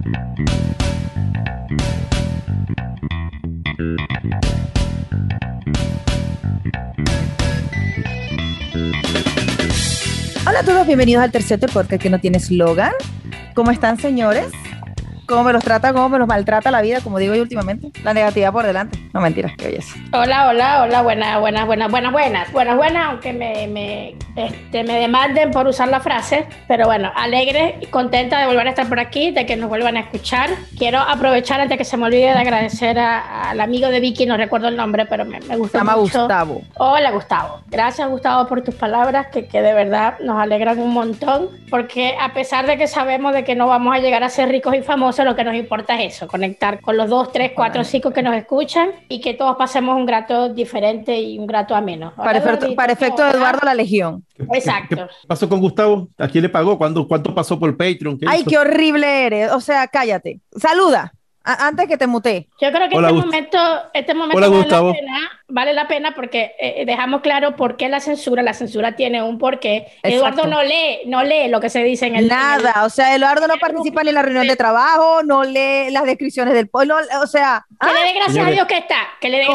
Hola a todos, bienvenidos al Terceto, el podcast que no tiene eslogan. ¿Cómo están, señores? ¿Cómo me los trata, cómo me los maltrata la vida, como digo yo últimamente? La negatividad por delante. No, mentiras, qué belleza. Hola, buenas, aunque me demanden por usar la frase, pero bueno, alegre y contenta de volver a estar por aquí, de que nos vuelvan a escuchar. Quiero aprovechar antes que se me olvide de agradecer al amigo de Vicky, no recuerdo el nombre, pero me gustó mucho. Se llama Gustavo. Hola, Gustavo. Gracias, Gustavo, por tus palabras, que de verdad nos alegran un montón, porque a pesar de que sabemos de que no vamos a llegar a ser ricos y famosos, lo que nos importa es eso, conectar con los 2, 3, 4, 5 que nos escuchan y que todos pasemos un grato diferente y un grato ameno. Para efecto de Eduardo la Legión. Exacto. ¿Qué pasó con Gustavo? ¿A quién le pagó? ¿Cuánto pasó por Patreon? Ay, qué horrible eres. O sea, cállate. Saluda. Antes que te muteé. Yo creo que este momento Hola, vale la pena porque dejamos claro por qué la censura tiene un porqué. Exacto. Eduardo no lee lo que se dice en el... Nada, o sea, Eduardo no participa ni en la reunión de trabajo, no lee las descripciones del pueblo, o sea... Que le dé gracias a Dios que está,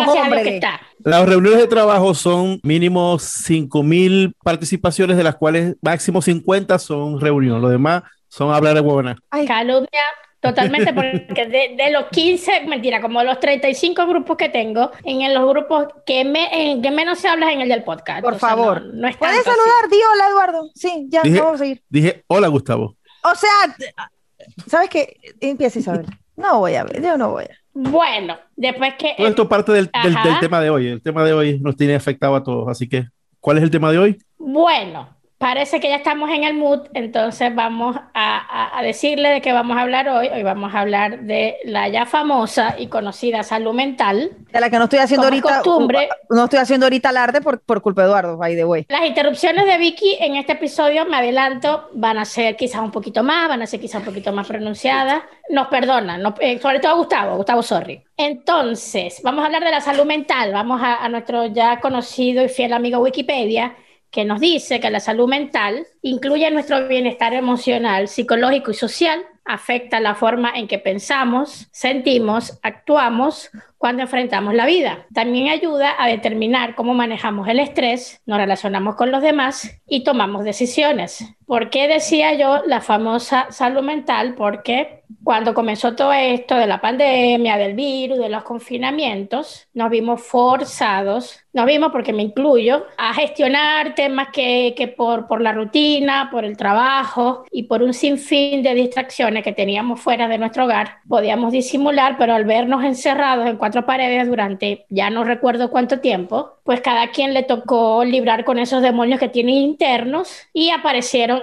Las reuniones de trabajo son mínimo 5,000 participaciones, de las cuales máximo 50 son reunión. Lo demás son hablar de huevona. Calumnia. Totalmente, porque de los 15, mentira, como de los 35 grupos que tengo, en los grupos que menos se habla es en el del podcast. Por favor. No es ¿Puedes saludar? Di hola, Eduardo. Sí, ya, vamos a seguir. Dije, hola, Gustavo. O sea, ¿sabes qué? Empieza, Isabel. Yo no voy a. Bueno, después que... Todo esto parte del tema de hoy. El tema de hoy nos tiene afectado a todos, así que, ¿cuál es el tema de hoy? Bueno, parece que ya estamos en el mood, entonces vamos a decirle de qué vamos a hablar hoy. Hoy vamos a hablar de la ya famosa y conocida salud mental. De la que no estoy haciendo ahorita. Costumbre, no estoy haciendo ahorita alarde por culpa de Eduardo, by the way. Las interrupciones de Vicky en este episodio, me adelanto, van a ser quizás un poquito más pronunciadas. Nos perdonan, sobre todo Gustavo, sorry. Entonces, vamos a hablar de la salud mental. Vamos a nuestro ya conocido y fiel amigo Wikipedia, que nos dice que la salud mental incluye nuestro bienestar emocional, psicológico y social, afecta la forma en que pensamos, sentimos, actuamos cuando enfrentamos la vida. También ayuda a determinar cómo manejamos el estrés, nos relacionamos con los demás y tomamos decisiones. ¿Por qué decía yo la famosa salud mental? Porque cuando comenzó todo esto de la pandemia, del virus, de los confinamientos, nos vimos forzados, porque me incluyo, a gestionar temas que por la rutina, por el trabajo y por un sinfín de distracciones que teníamos fuera de nuestro hogar, podíamos disimular, pero al vernos encerrados en 4 paredes durante ya no recuerdo cuánto tiempo, pues cada quien le tocó librar con esos demonios que tiene internos y aparecieron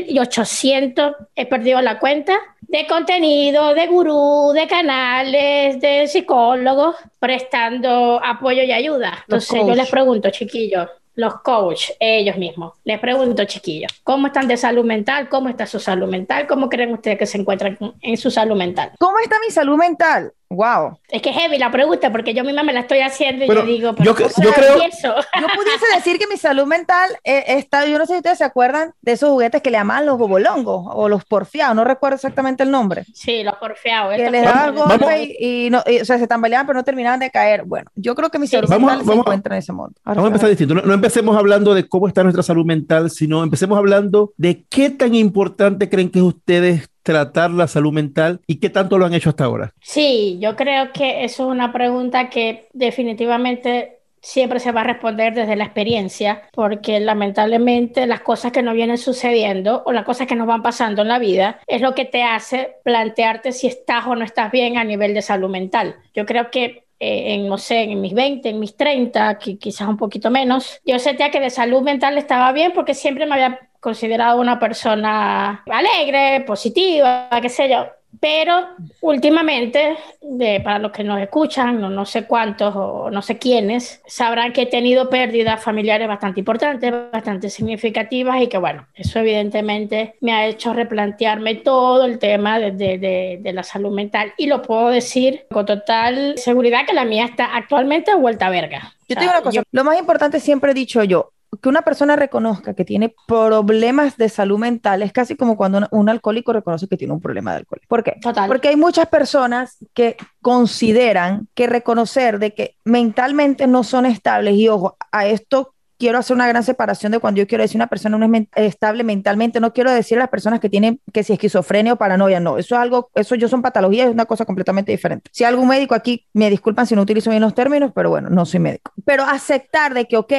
10.800, he perdido la cuenta, de contenido, de gurú, de canales, de psicólogos prestando apoyo y ayuda. Entonces yo les pregunto, chiquillos, los coach, ellos mismos, les pregunto, chiquillos, ¿cómo están de salud mental? ¿Cómo está su salud mental? ¿Cómo creen ustedes que se encuentran en su salud mental? ¿Cómo está mi salud mental? Wow. Es que es heavy la pregunta, porque yo misma me la estoy haciendo y pero yo digo, yo creo, yo pudiese decir que mi salud mental está, yo no sé si ustedes se acuerdan de esos juguetes que le llamaban los bobolongos o los porfiados, no recuerdo exactamente el nombre. Sí, los porfiados. Que les daban golpe y o sea, se tambaleaban pero no terminaban de caer. Bueno, yo creo que mi salud mental se encuentra en ese modo. Vamos a empezar distinto. No empecemos hablando de cómo está nuestra salud mental, sino empecemos hablando de qué tan importante creen que ustedes tratar la salud mental y qué tanto lo han hecho hasta ahora. Sí, yo creo que eso es una pregunta que definitivamente siempre se va a responder desde la experiencia, porque lamentablemente las cosas que nos vienen sucediendo o las cosas que nos van pasando en la vida es lo que te hace plantearte si estás o no estás bien a nivel de salud mental. Yo creo que no sé, en mis 20, en mis 30, quizás un poquito menos, yo sentía que de salud mental estaba bien porque siempre me había considerado una persona alegre, positiva, qué sé yo. Pero últimamente, para los que nos escuchan, no sé cuántos o no sé quiénes, sabrán que he tenido pérdidas familiares bastante importantes, bastante significativas y que bueno, eso evidentemente me ha hecho replantearme todo el tema de la salud mental y lo puedo decir con total seguridad que la mía está actualmente vuelta a verga. Yo te digo una cosa, lo más importante siempre he dicho yo, que una persona reconozca que tiene problemas de salud mental es casi como cuando un alcohólico reconoce que tiene un problema de alcohol. ¿Por qué? Total. Porque hay muchas personas que consideran que reconocer de que mentalmente no son estables, y ojo, a esto quiero hacer una gran separación de cuando yo quiero decir una persona no es estable mentalmente, no quiero decir a las personas que tienen que si esquizofrenia o paranoia, no, eso es algo, eso yo son patologías, es una cosa completamente diferente. Si algún médico aquí, me disculpan si no utilizo bien los términos, pero bueno, no soy médico. Pero aceptar de que, ok,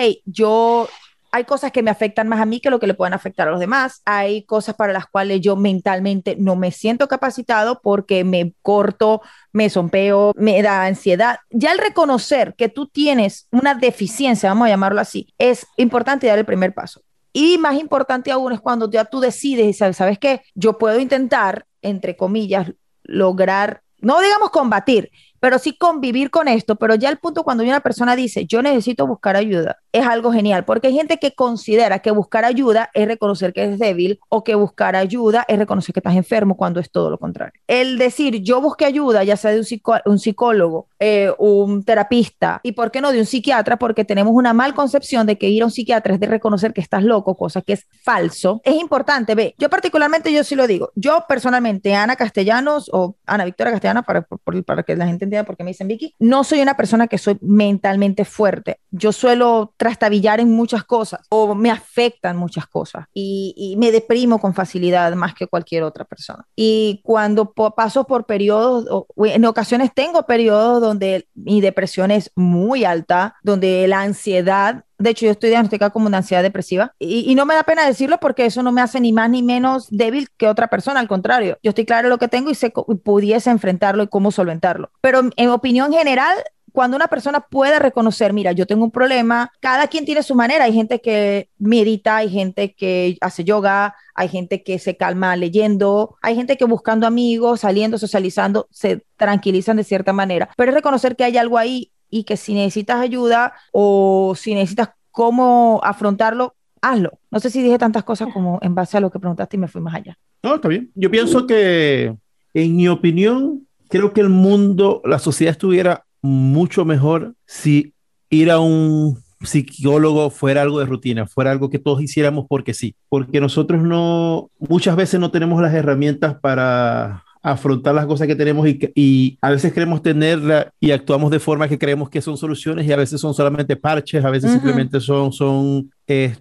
hay cosas que me afectan más a mí que lo que le pueden afectar a los demás. Hay cosas para las cuales yo mentalmente no me siento capacitado porque me corto, me zompeo, me da ansiedad. Ya el reconocer que tú tienes una deficiencia, vamos a llamarlo así, es importante dar el primer paso. Y más importante aún es cuando ya tú decides y ¿sabes qué? Yo puedo intentar, entre comillas, lograr, no digamos combatir, pero sí convivir con esto. Pero ya el punto cuando una persona dice, yo necesito buscar ayuda, es algo genial, porque hay gente que considera que buscar ayuda es reconocer que es débil, o que buscar ayuda es reconocer que estás enfermo, cuando es todo lo contrario. El decir, yo busqué ayuda, ya sea de un psicólogo, un terapista, y por qué no de un psiquiatra, porque tenemos una mal concepción de que ir a un psiquiatra es de reconocer que estás loco, cosa que es falso. Es importante, ve, yo particularmente, yo sí lo digo, yo personalmente, Ana Castellanos, o Ana Victoria Castellanos, para que la gente entienda por qué me dicen Vicky, no soy una persona que soy mentalmente fuerte. Yo suelo trastabillar en muchas cosas, o me afectan muchas cosas, y me deprimo con facilidad más que cualquier otra persona. Y cuando paso por periodos, o en ocasiones tengo periodos donde mi depresión es muy alta, donde la ansiedad, de hecho yo estoy diagnosticada como una ansiedad depresiva, y no me da pena decirlo porque eso no me hace ni más ni menos débil que otra persona, al contrario, yo estoy clara de lo que tengo y sé pudiese enfrentarlo y cómo solventarlo. Pero en opinión general, cuando una persona puede reconocer, mira, yo tengo un problema, cada quien tiene su manera. Hay gente que medita, hay gente que hace yoga, hay gente que se calma leyendo, hay gente que buscando amigos, saliendo, socializando, se tranquilizan de cierta manera. Pero es reconocer que hay algo ahí, y que si necesitas ayuda o si necesitas cómo afrontarlo, hazlo. No sé si dije tantas cosas como en base a lo que preguntaste y me fui más allá. No, está bien. Yo pienso que, en mi opinión, creo que el mundo, la sociedad estuviera mucho mejor si ir a un psicólogo fuera algo de rutina, fuera algo que todos hiciéramos porque sí, porque nosotros muchas veces no tenemos las herramientas para afrontar las cosas que tenemos, y a veces queremos tenerla y actuamos de forma que creemos que son soluciones, y a veces son solamente parches, a veces simplemente son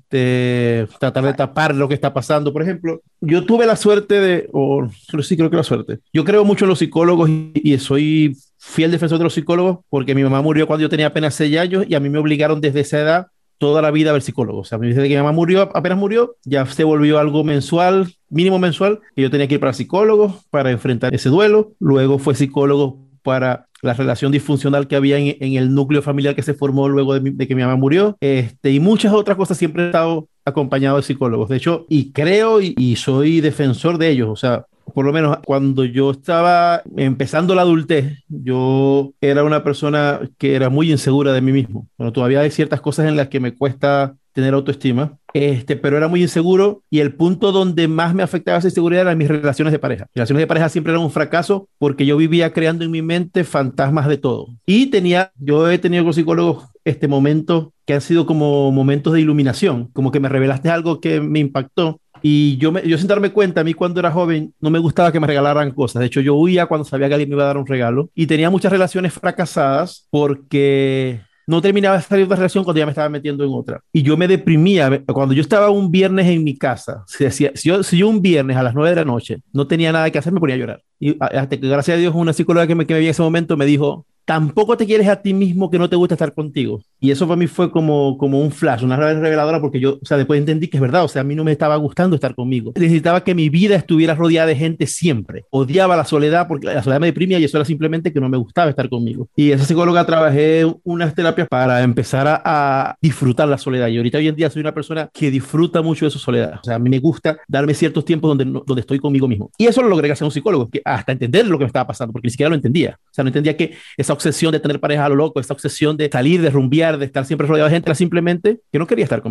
tratar de tapar lo que está pasando. Por ejemplo, yo tuve la suerte creo que la suerte. Yo creo mucho en los psicólogos, y soy fiel defensor de los psicólogos, porque mi mamá murió cuando yo tenía apenas 6 años, y a mí me obligaron desde esa edad toda la vida a ver psicólogo. O sea, desde que mi mamá murió, apenas murió, ya se volvió algo mensual, mínimo mensual, y yo tenía que ir para psicólogo para enfrentar ese duelo. Luego fue psicólogo para la relación disfuncional que había en el núcleo familiar que se formó luego de que mi mamá murió, y muchas otras cosas. Siempre he estado acompañado de psicólogos, de hecho, y creo y soy defensor de ellos. O sea, por lo menos cuando yo estaba empezando la adultez, yo era una persona que era muy insegura de mí mismo. Bueno, todavía hay ciertas cosas en las que me cuesta tener autoestima, pero era muy inseguro, y el punto donde más me afectaba esa inseguridad eran mis relaciones de pareja. Mis relaciones de pareja siempre eran un fracaso porque yo vivía creando en mi mente fantasmas de todo. Y yo he tenido con psicólogos momentos que han sido como momentos de iluminación, como que me revelaste algo que me impactó. Y yo sin darme cuenta, a mí cuando era joven no me gustaba que me regalaran cosas. De hecho, yo huía cuando sabía que alguien me iba a dar un regalo, y tenía muchas relaciones fracasadas porque no terminaba de salir de una relación cuando ya me estaba metiendo en otra. Y yo me deprimía. Cuando yo estaba un viernes en mi casa, si yo un viernes a las 9 de la noche no tenía nada que hacer, me ponía a llorar. Y hasta que, gracias a Dios, una psicóloga que me vi en ese momento me dijo, tampoco te quieres a ti mismo, que no te gusta estar contigo. Y eso para mí fue como un flash, una reveladora, porque yo, o sea, después entendí que es verdad. O sea, a mí no me estaba gustando estar conmigo. Necesitaba que mi vida estuviera rodeada de gente siempre. Odiaba la soledad, porque la soledad me deprimía, y eso era simplemente que no me gustaba estar conmigo. Y esa psicóloga trabajé unas terapias para empezar a disfrutar la soledad. Y ahorita, hoy en día, soy una persona que disfruta mucho de su soledad. O sea, a mí me gusta darme ciertos tiempos donde estoy conmigo mismo. Y eso lo logré gracias a un psicólogo, que hasta entender lo que me estaba pasando, porque ni siquiera lo entendía. O sea, no entendía que esa obsesión de tener pareja a lo loco, esta obsesión de salir, de rumbear, de estar siempre rodeado de gente, era simplemente que no quería estar conmigo.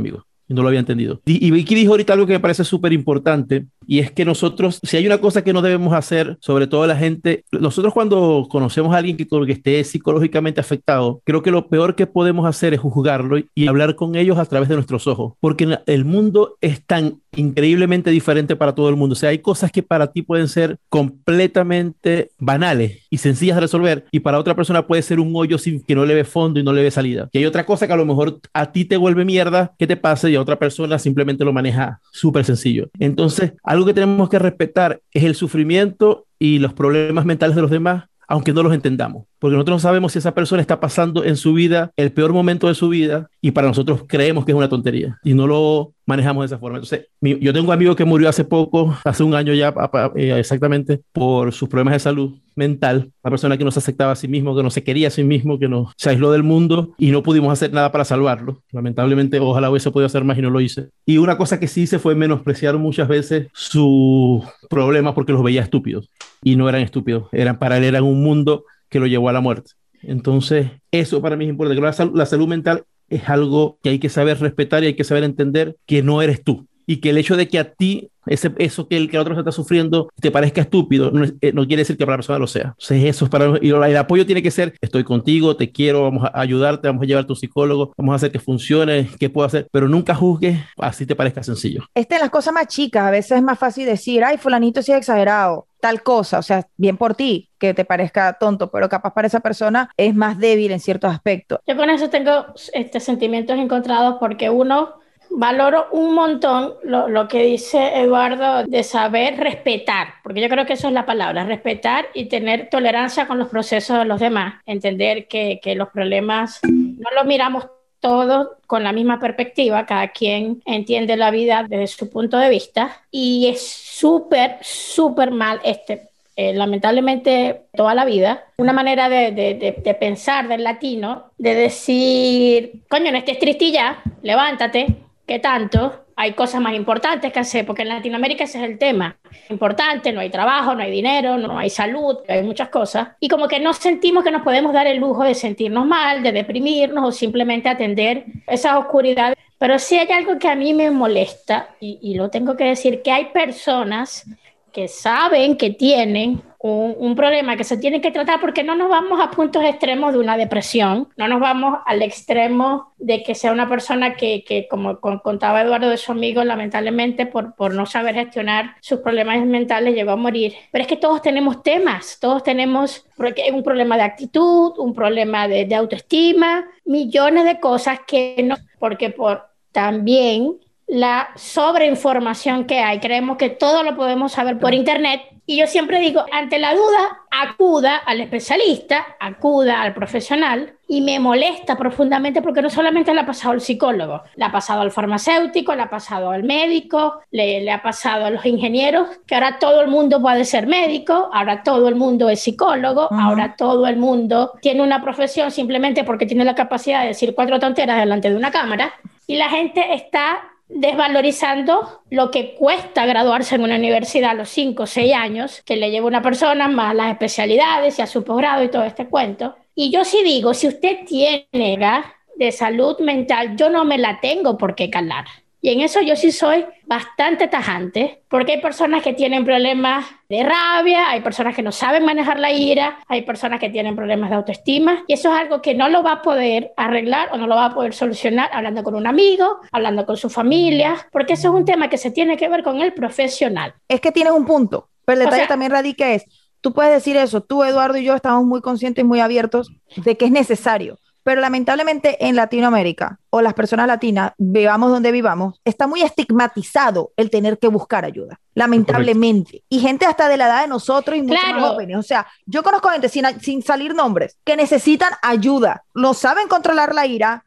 y no lo había entendido. Y Vicky dijo ahorita algo que me parece súper importante, y es que nosotros, si hay una cosa que no debemos hacer, sobre todo la gente, nosotros cuando conocemos a alguien que esté psicológicamente afectado, creo que lo peor que podemos hacer es juzgarlo y hablar con ellos a través de nuestros ojos, porque el mundo es tan increíblemente diferente para todo el mundo. O sea, hay cosas que para ti pueden ser completamente banales y sencillas de resolver, y para otra persona puede ser un hoyo sin que no le ve fondo y no le ve salida. Y hay otra cosa que a lo mejor a ti te vuelve mierda que te pase, y a otra persona simplemente lo maneja súper sencillo. Entonces, algo que tenemos que respetar es el sufrimiento y los problemas mentales de los demás, aunque no los entendamos, porque nosotros no sabemos si esa persona está pasando en su vida el peor momento de su vida, y para nosotros creemos que es una tontería y no lo manejamos de esa forma. Entonces, yo tengo un amigo que murió hace poco, hace un año ya exactamente, por sus problemas de salud mental, una persona que no se aceptaba a sí mismo, que no se quería a sí mismo, que no se aisló del mundo, y no pudimos hacer nada para salvarlo. Lamentablemente, ojalá hubiese podido hacer más y no lo hice. Y una cosa que sí hice fue menospreciar muchas veces sus problemas porque los veía estúpidos, y no eran estúpidos, para él eran un mundo que lo llevó a la muerte. Entonces, eso para mí es importante. La salud mental es algo que hay que saber respetar y hay que saber entender que no eres tú. Y que el hecho de que a ti, eso que el otro se está sufriendo, te parezca estúpido, no quiere decir que para la persona lo sea. Entonces, eso es para... Y el apoyo tiene que ser: estoy contigo, te quiero, vamos a ayudarte, vamos a llevar a tu psicólogo, vamos a hacer que funcione, qué puedo hacer, pero nunca juzgues así te parezca sencillo. En las cosas más chicas, a veces es más fácil decir, ay, fulanito sí es exagerado, tal cosa, o sea, bien por ti, que te parezca tonto, pero capaz para esa persona es más débil en ciertos aspectos. Yo con eso tengo sentimientos encontrados, porque uno... valoro un montón lo que dice Eduardo de saber respetar, porque yo creo que eso es la palabra, respetar y tener tolerancia con los procesos de los demás, entender que los problemas no los miramos todos con la misma perspectiva, cada quien entiende la vida desde su punto de vista, y es súper, súper mal lamentablemente toda la vida, una manera de pensar del latino, de decir, coño, no estés triste ya, levántate, ¿qué tanto? Hay cosas más importantes que hacer, porque en Latinoamérica ese es el tema. Importante, no hay trabajo, no hay dinero, no hay salud, hay muchas cosas. Y como que no sentimos que nos podemos dar el lujo de sentirnos mal, de deprimirnos o simplemente atender esas oscuridades. Pero sí hay algo que a mí me molesta, y lo tengo que decir, que hay personas que saben que tienen un problema que se tiene que tratar, porque no nos vamos a puntos extremos de una depresión, no nos vamos al extremo de que sea una persona que como contaba Eduardo de su amigo, lamentablemente por no saber gestionar sus problemas mentales llegó a morir. Pero es que todos tenemos temas, todos tenemos un problema de actitud, un problema de autoestima, millones de cosas que no, porque también la sobreinformación que hay, creemos que todo lo podemos saber por internet, y yo siempre digo, ante la duda, acuda al especialista, acuda al profesional, y me molesta profundamente porque no solamente le ha pasado al psicólogo, le ha pasado al farmacéutico, le ha pasado al médico, le ha pasado a los ingenieros, que ahora todo el mundo puede ser médico, ahora todo el mundo es psicólogo, ahora todo el mundo tiene una profesión simplemente porque tiene la capacidad de decir 4 tonteras delante de una cámara, y la gente está desvalorizando lo que cuesta graduarse en una universidad a los 5 o 6 años, que le lleva una persona, más las especialidades y a su posgrado y todo este cuento. Y yo sí digo, si usted tiene de salud mental, yo no me la tengo por qué calar. Y en eso yo sí soy bastante tajante, porque hay personas que tienen problemas de rabia, hay personas que no saben manejar la ira, hay personas que tienen problemas de autoestima, y eso es algo que no lo va a poder arreglar o no lo va a poder solucionar hablando con un amigo, hablando con su familia, porque eso es un tema que se tiene que ver con el profesional. Es que tienes un punto, pero el detalle también radica tú puedes decir eso, tú, Eduardo, y yo estamos muy conscientes y muy abiertos de que es necesario. Pero lamentablemente en Latinoamérica, o las personas latinas, vivamos donde vivamos, está muy estigmatizado el tener que buscar ayuda, lamentablemente. Correcto. Y gente hasta de la edad de nosotros y mucho más jóvenes. O sea, yo conozco gente sin salir nombres que necesitan ayuda. No saben controlar la ira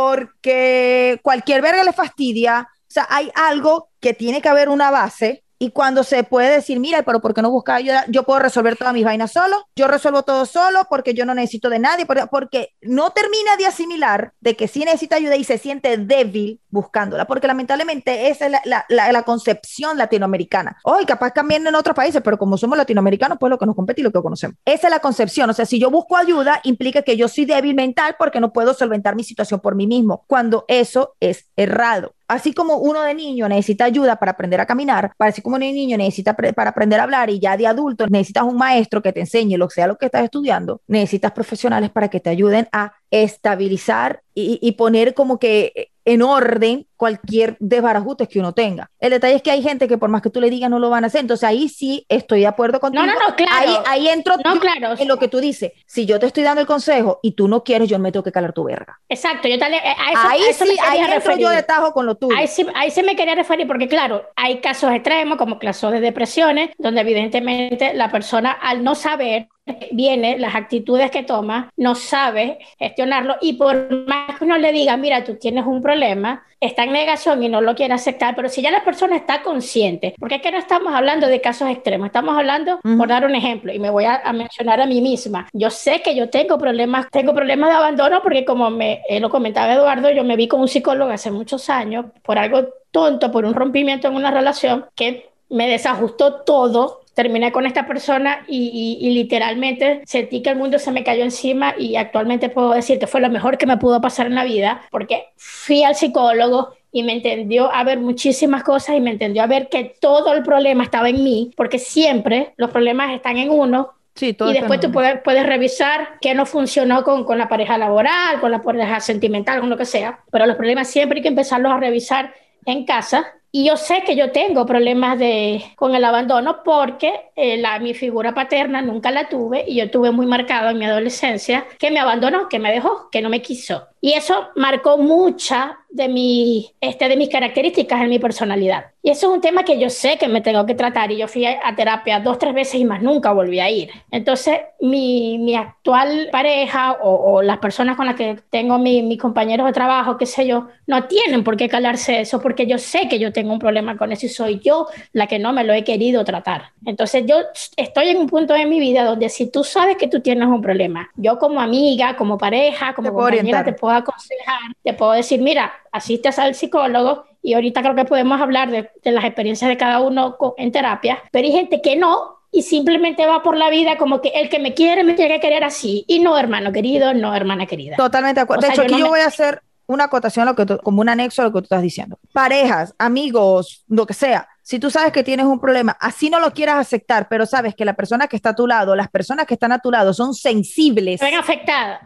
porque cualquier verga les fastidia. O sea, hay algo que tiene que haber una base. Y cuando se puede decir, mira, pero ¿por qué no buscar ayuda? Yo puedo resolver todas mis vainas solo, yo resuelvo todo solo porque yo no necesito de nadie, porque no termina de asimilar de que sí necesita ayuda y se siente débil buscándola, porque lamentablemente esa es la concepción latinoamericana. Hoy capaz también en otros países, pero como somos latinoamericanos, pues lo que nos compete y lo que conocemos. Esa es la concepción, o sea, si yo busco ayuda, implica que yo soy débil mental porque no puedo solventar mi situación por mí mismo, cuando eso es errado. Así como uno de niño necesita ayuda para aprender a caminar, así como un niño necesita para aprender a hablar y ya de adulto necesitas un maestro que te enseñe lo que sea lo que estás estudiando, necesitas profesionales para que te ayuden a estabilizar y poner como que en orden cualquier desbarajuste que uno tenga. El detalle es que hay gente que por más que tú le digas no lo van a hacer, entonces ahí sí estoy de acuerdo contigo. No, claro. Ahí entro no, claro. en lo que tú dices. Si yo te estoy dando el consejo y tú no quieres, yo me tengo que calar tu verga. Exacto, yo ahí entro yo de tajo con lo tuyo. Ahí sí me quería referir porque claro, hay casos extremos como casos de depresiones donde evidentemente la persona al no saber viene las actitudes que toma, no sabe gestionarlo y por más que uno le diga, mira, tú tienes un problema, está en negación y no lo quiere aceptar, pero si ya la persona está consciente, porque es que no estamos hablando de casos extremos, estamos hablando, por dar un ejemplo, y me voy a mencionar a mí misma, yo sé que yo tengo problemas de abandono porque como lo comentaba Eduardo, yo me vi con un psicólogo hace muchos años por algo tonto, por un rompimiento en una relación que me desajustó todo. Terminé con esta persona y literalmente sentí que el mundo se me cayó encima y actualmente puedo decir que fue lo mejor que me pudo pasar en la vida porque fui al psicólogo y me entendió a ver muchísimas cosas y me entendió a ver que todo el problema estaba en mí porque siempre los problemas están en uno. Sí, y después tú puedes revisar qué no funcionó con la pareja laboral, con la pareja sentimental, con lo que sea, pero los problemas siempre hay que empezarlos a revisar en casa. Y yo sé que yo tengo problemas con el abandono porque mi figura paterna nunca la tuve y yo tuve muy marcado en mi adolescencia que me abandonó, que me dejó, que no me quiso. Y eso marcó muchas de mis características en mi personalidad. Y eso es un tema que yo sé que me tengo que tratar y yo fui a terapia 2, 3 veces y más nunca volví a ir. Entonces, mi actual pareja o las personas con las que tengo mis compañeros de trabajo, qué sé yo, no tienen por qué calarse eso porque yo sé que yo tengo un problema con eso y soy yo la que no me lo he querido tratar. Entonces, yo estoy en un punto de mi vida donde si tú sabes que tú tienes un problema, yo como amiga, como pareja, como compañera, te puedo aconsejar, te puedo decir, mira, asistes al psicólogo y ahorita creo que podemos hablar de las experiencias de cada uno en terapia, pero hay gente que no y simplemente va por la vida como que el que me quiere me tiene que querer así y no hermano querido, no hermana querida. Totalmente de acuerdo. De hecho, aquí yo voy a hacer una acotación como un anexo a lo que tú estás diciendo. Parejas, amigos, lo que sea. Si tú sabes que tienes un problema, así no lo quieras aceptar, pero sabes que la persona que está a tu lado, las personas que están a tu lado son sensibles. Se ven afectadas.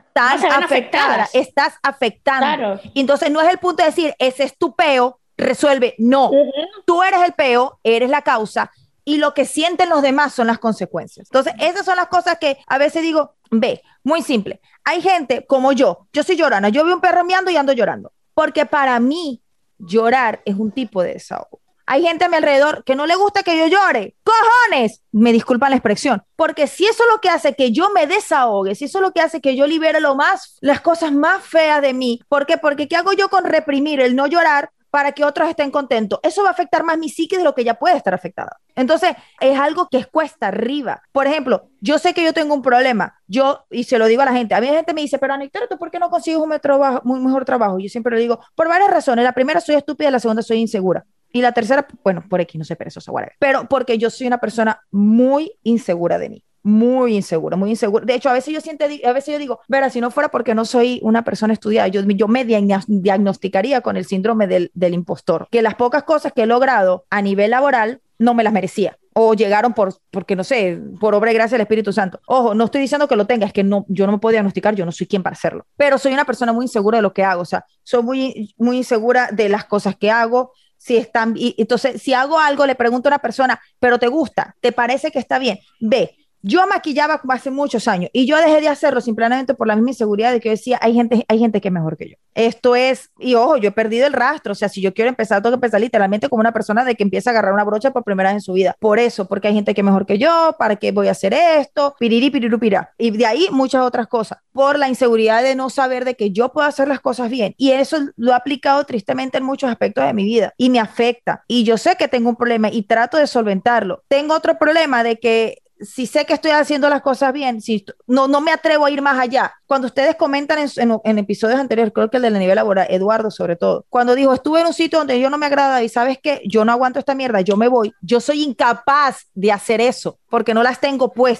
Estás afectando. Claro. Y entonces no es el punto de decir, ese es tu peo, resuelve. No, tú eres el peo, eres la causa y lo que sienten los demás son las consecuencias. Entonces, esas son las cosas que a veces digo, ve, muy simple. Hay gente como yo soy llorona, yo veo un perro meando y ando llorando, porque para mí llorar es un tipo de desahogo. Hay gente a mi alrededor que no le gusta que yo llore. ¡Cojones! Me disculpan la expresión. Porque si eso es lo que hace que yo me desahogue, si eso es lo que hace que yo libere las cosas más feas de mí. ¿Por qué? Porque ¿qué hago yo con reprimir el no llorar para que otros estén contentos? Eso va a afectar más mi psique de lo que ya puede estar afectada. Entonces, es algo que es cuesta arriba. Por ejemplo, yo sé que yo tengo un problema. Y se lo digo a la gente. A mí la gente me dice, pero Anita, ¿tú por qué no consigues un mejor trabajo? Yo siempre le digo, por varias razones. La primera, soy estúpida. La segunda, soy insegura. Y la tercera, bueno, por aquí, no sé, perezosa, whatever. Pero porque yo soy una persona muy insegura de mí. Muy insegura, muy insegura. De hecho, a veces yo digo, Vera, si no fuera porque no soy una persona estudiada, yo me diagnosticaría con el síndrome del impostor, que las pocas cosas que he logrado a nivel laboral no me las merecía. O llegaron porque no sé, por obra y gracia del Espíritu Santo. Ojo, no estoy diciendo que lo tenga, es que no, yo no me puedo diagnosticar, yo no soy quien para hacerlo. Pero soy una persona muy insegura de lo que hago, o sea, soy muy, muy insegura de las cosas que hago. Entonces, si hago algo, le pregunto a una persona, ¿pero te gusta? ¿Te parece que está bien? Ve, yo maquillaba hace muchos años y yo dejé de hacerlo simplemente por la misma inseguridad de que yo decía, hay gente que es mejor que yo. Esto es, y ojo, yo he perdido el rastro, o sea, si yo quiero empezar, tengo que empezar literalmente como una persona de que empieza a agarrar una brocha por primera vez en su vida. Por eso, porque hay gente que es mejor que yo, ¿para qué voy a hacer esto? Piriri, piriru, pirá. Y de ahí muchas otras cosas, por la inseguridad de no saber de que yo puedo hacer las cosas bien. Y eso lo he aplicado tristemente en muchos aspectos de mi vida y me afecta. Y yo sé que tengo un problema y trato de solventarlo. Tengo otro problema de que si sé que estoy haciendo las cosas bien, si no me atrevo a ir más allá. Cuando ustedes comentan en episodios anteriores, creo que el del nivel laboral, Eduardo sobre todo, cuando dijo, estuve en un sitio donde yo no me agrada y sabes que yo no aguanto esta mierda, yo me voy, yo soy incapaz de hacer eso porque no las tengo puestas.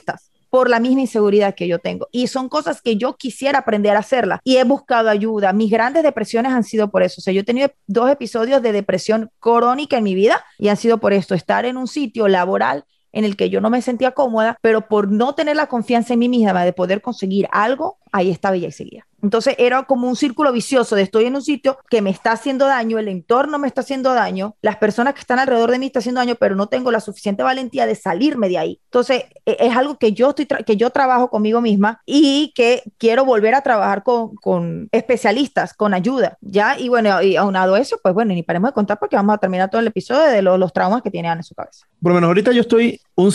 por la misma inseguridad que yo tengo. Y son cosas que yo quisiera aprender a hacerlas. Y he buscado ayuda. Mis grandes depresiones han sido por eso. O sea, yo he tenido 2 episodios de depresión crónica en mi vida y han sido por esto, estar en un sitio laboral en el que yo no me sentía cómoda, pero por no tener la confianza en mí misma de poder conseguir algo, ahí estaba ella y seguía. Entonces era como un círculo vicioso de estoy en un sitio que me está haciendo daño, el entorno me está haciendo daño, las personas que están alrededor de mí están haciendo daño, pero no tengo la suficiente valentía de salirme de ahí. Entonces es algo que yo trabajo conmigo misma y que quiero volver a trabajar con especialistas, con ayuda, ¿ya? Y bueno, y aunado a eso, pues bueno, ni paremos de contar porque vamos a terminar todo el episodio de los traumas que tiene Ana en su cabeza. Por lo menos ahorita yo estoy un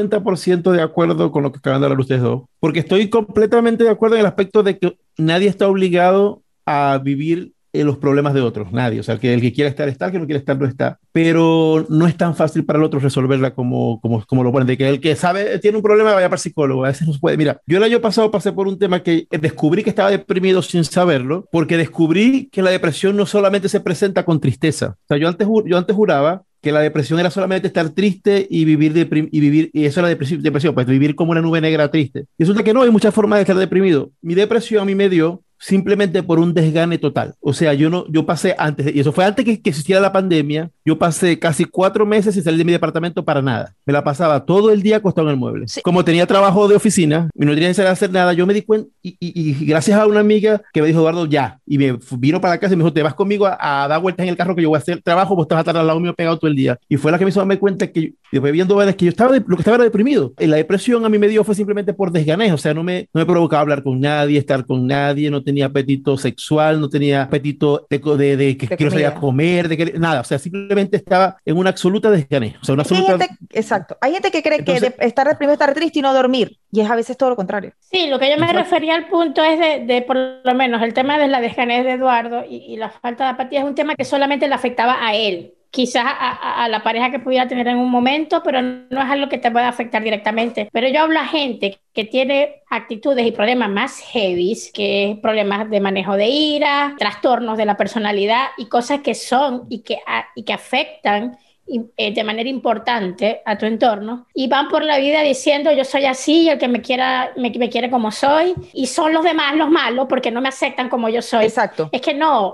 50% de acuerdo con lo que acaban de hablar ustedes dos, porque estoy completamente de acuerdo en el aspecto de que nadie está obligado a vivir los problemas de otros, nadie. O sea, que el que quiera estar está, el que no quiere estar no está. Pero no es tan fácil para el otro resolverla como lo ponen, de que el que sabe, tiene un problema, vaya para el psicólogo. A veces no se puede. Mira, yo el año pasado pasé por un tema que descubrí que estaba deprimido sin saberlo, porque descubrí que la depresión no solamente se presenta con tristeza. O sea, yo antes juraba que la depresión era solamente estar triste y vivir, y eso era depresión, pues vivir como una nube negra triste. Y resulta que no, hay muchas formas de estar deprimido. Mi depresión a mí me dio simplemente por un desgane total. O sea, yo pasé antes, y eso fue antes que existiera la pandemia, yo pasé casi 4 meses sin salir de mi departamento para nada. Me la pasaba todo el día acostado en el mueble. Sí. Como tenía trabajo de oficina y no tenía necesidad de hacer nada, yo me di cuenta, y gracias a una amiga que me dijo, Eduardo, ya, y me vino para la casa y me dijo, te vas conmigo a dar vueltas en el carro que yo voy a hacer trabajo, vos te vas a estar al lado mío pegado todo el día. Y fue la que me hizo darme cuenta que, después viendo veces que yo estaba, lo que estaba era deprimido. La depresión a mí me dio fue simplemente por desganés, o sea, no me provocaba hablar con nadie, estar con nadie, no tenía apetito sexual, no tenía apetito de que quiero salir a comer, nada, o sea, simplemente estaba en una absoluta desganés, o sea, una absoluta... Exacto, hay gente que cree que estar deprimido es estar triste y no dormir, y es a veces todo lo contrario. Sí, lo que yo me refería al punto es de por lo menos el tema de la desganés de Eduardo y la falta de apatía es un tema que solamente le afectaba a él. Quizás a la pareja que pudiera tener en un momento, pero no es algo que te pueda afectar directamente. Pero yo hablo a gente que tiene actitudes y problemas más heavies, que es problemas de manejo de ira, trastornos de la personalidad y cosas que son y que afectan de manera importante a tu entorno y van por la vida diciendo yo soy así, el que me quiera me quiere como soy y son los demás los malos porque no me aceptan como yo soy. Exacto. Es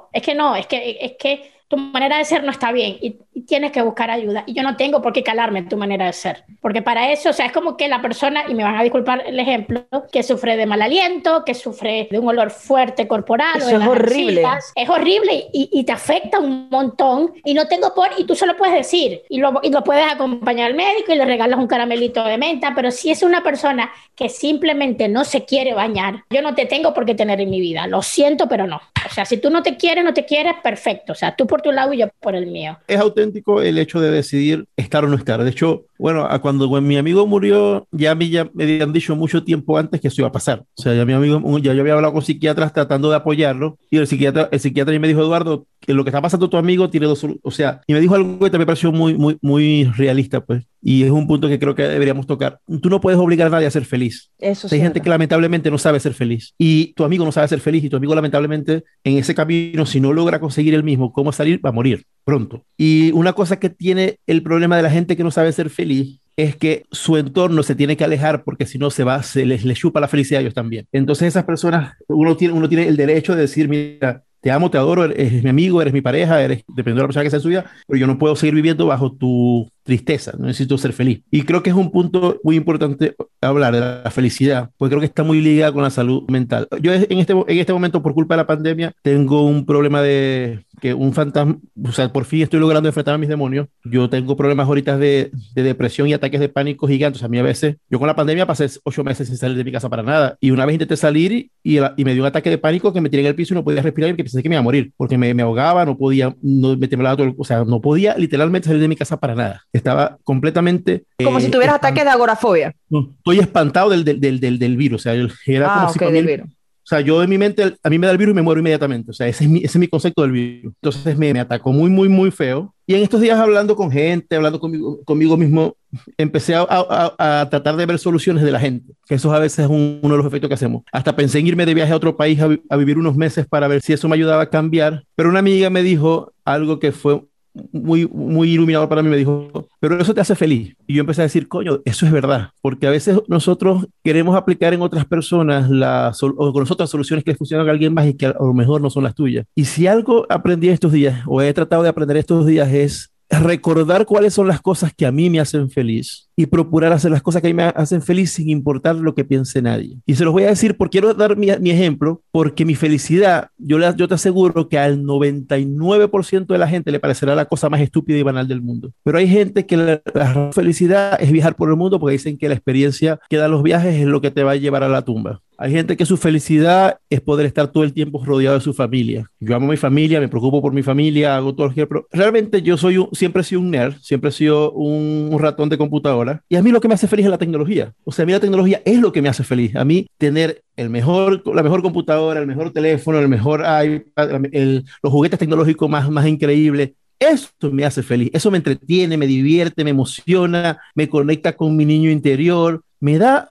que tu manera de ser no está bien y tienes que buscar ayuda. Y yo no tengo por qué calarme en tu manera de ser. Porque para eso, o sea, es como que la persona, y me van a disculpar el ejemplo, que sufre de mal aliento, que sufre de un olor fuerte corporal. Eso es horrible. Es horrible y te afecta un montón. Y no tengo y tú solo puedes decir. Y lo puedes acompañar al médico y le regalas un caramelito de menta. Pero si es una persona que simplemente no se quiere bañar, yo no te tengo por qué tener en mi vida. Lo siento, pero no. O sea, si tú no te quieres, perfecto. O sea, tú por tu lado y yo por el mío. Es auténtico el hecho de decidir estar o no estar. De hecho, bueno, cuando mi amigo murió, ya me habían dicho mucho tiempo antes que eso iba a pasar. O sea, ya yo había hablado con psiquiatras tratando de apoyarlo y el psiquiatra me dijo, Eduardo, que lo que está pasando tu amigo tiene dos, o sea, y me dijo algo que también me pareció muy, muy, muy realista, pues. Y es un punto que creo que deberíamos tocar. Tú no puedes obligar a nadie a ser feliz. Eso hay gente que lamentablemente no sabe ser feliz. Y tu amigo no sabe ser feliz. Y tu amigo lamentablemente en ese camino, si no logra conseguir el mismo cómo salir, va a morir pronto. Y una cosa que tiene el problema de la gente que no sabe ser feliz es que su entorno se tiene que alejar porque si no se les chupa la felicidad a ellos también. Entonces esas personas, uno tiene el derecho de decir, mira, te amo, te adoro, eres mi amigo, eres mi pareja, dependiendo de la persona que sea en su vida, pero yo no puedo seguir viviendo bajo tu tristeza, no necesito ser feliz. Y creo que es un punto muy importante hablar de la felicidad, porque creo que está muy ligada con la salud mental. Yo en este momento, por culpa de la pandemia, tengo un problema de que un fantasma, o sea, por fin estoy logrando enfrentar a mis demonios. Yo tengo problemas ahorita de depresión y ataques de pánico gigantes. A mí a veces, yo con la pandemia pasé 8 meses sin salir de mi casa para nada, y una vez intenté salir y me dio un ataque de pánico que me tiré en el piso y no podía respirar y pensé que me iba a morir, porque me ahogaba, no podía, me temblaba todo, o sea, no podía literalmente salir de mi casa para nada. Estaba completamente... Como si tuvieras ataques de agorafobia. No, estoy espantado del virus, o sea, era como si del virus. O sea, yo en mi mente, a mí me da el virus y me muero inmediatamente. O sea, ese es mi concepto del virus. Entonces me atacó muy, muy, muy feo. Y en estos días hablando con gente, hablando conmigo mismo, empecé a tratar de ver soluciones de la gente. Que eso a veces es uno de los efectos que hacemos. Hasta pensé en irme de viaje a otro país a vivir unos meses para ver si eso me ayudaba a cambiar. Pero una amiga me dijo algo que fue muy iluminador para mí, me dijo, pero eso te hace feliz. Y yo empecé a decir, coño, eso es verdad, porque a veces nosotros queremos aplicar en otras personas o con nosotras soluciones que le funcionan a alguien más y que a lo mejor no son las tuyas. Y si algo aprendí estos días, o he tratado de aprender estos días, es recordar cuáles son las cosas que a mí me hacen feliz y procurar hacer las cosas que a mí me hacen feliz sin importar lo que piense nadie. Y se los voy a decir porque quiero dar mi ejemplo, porque mi felicidad, yo te aseguro que al 99% de la gente le parecerá la cosa más estúpida y banal del mundo. Pero hay gente que la felicidad es viajar por el mundo porque dicen que la experiencia que dan los viajes es lo que te va a llevar a la tumba. Hay gente que su felicidad es poder estar todo el tiempo rodeado de su familia. Yo amo a mi familia, me preocupo por mi familia, hago todo lo que... Pero realmente yo siempre he sido un nerd, siempre he sido un ratón de computadora. Y a mí lo que me hace feliz es la tecnología. O sea, a mí la tecnología es lo que me hace feliz. A mí tener la mejor computadora, el mejor teléfono, el mejor iPad, los juguetes tecnológicos más increíbles. Eso me hace feliz, eso me entretiene, me divierte, me emociona, me conecta con mi niño interior, me da